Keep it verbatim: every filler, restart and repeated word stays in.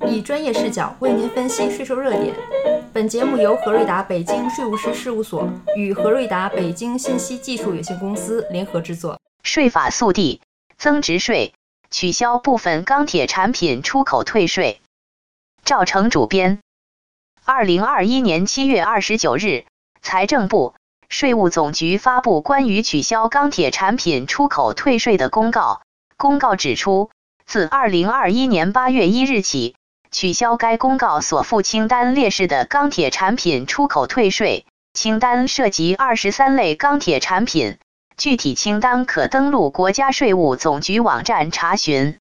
以专业视角为您分析税收热点。本节目由何瑞达北京税务师事务所与何瑞达北京信息技术有限公司联合制作。 税法速递，增值税，取消部分钢铁产品出口退税。赵成主编。二零二一年七月二十九日，财政部、税务总局发布关于取消钢铁产品出口退税的公告。公告指出，自二零二一年八月一日起，取消该公告所附清单列示的钢铁产品出口退税。清单涉及二十三类钢铁产品，具体清单可登录国家税务总局网站查询。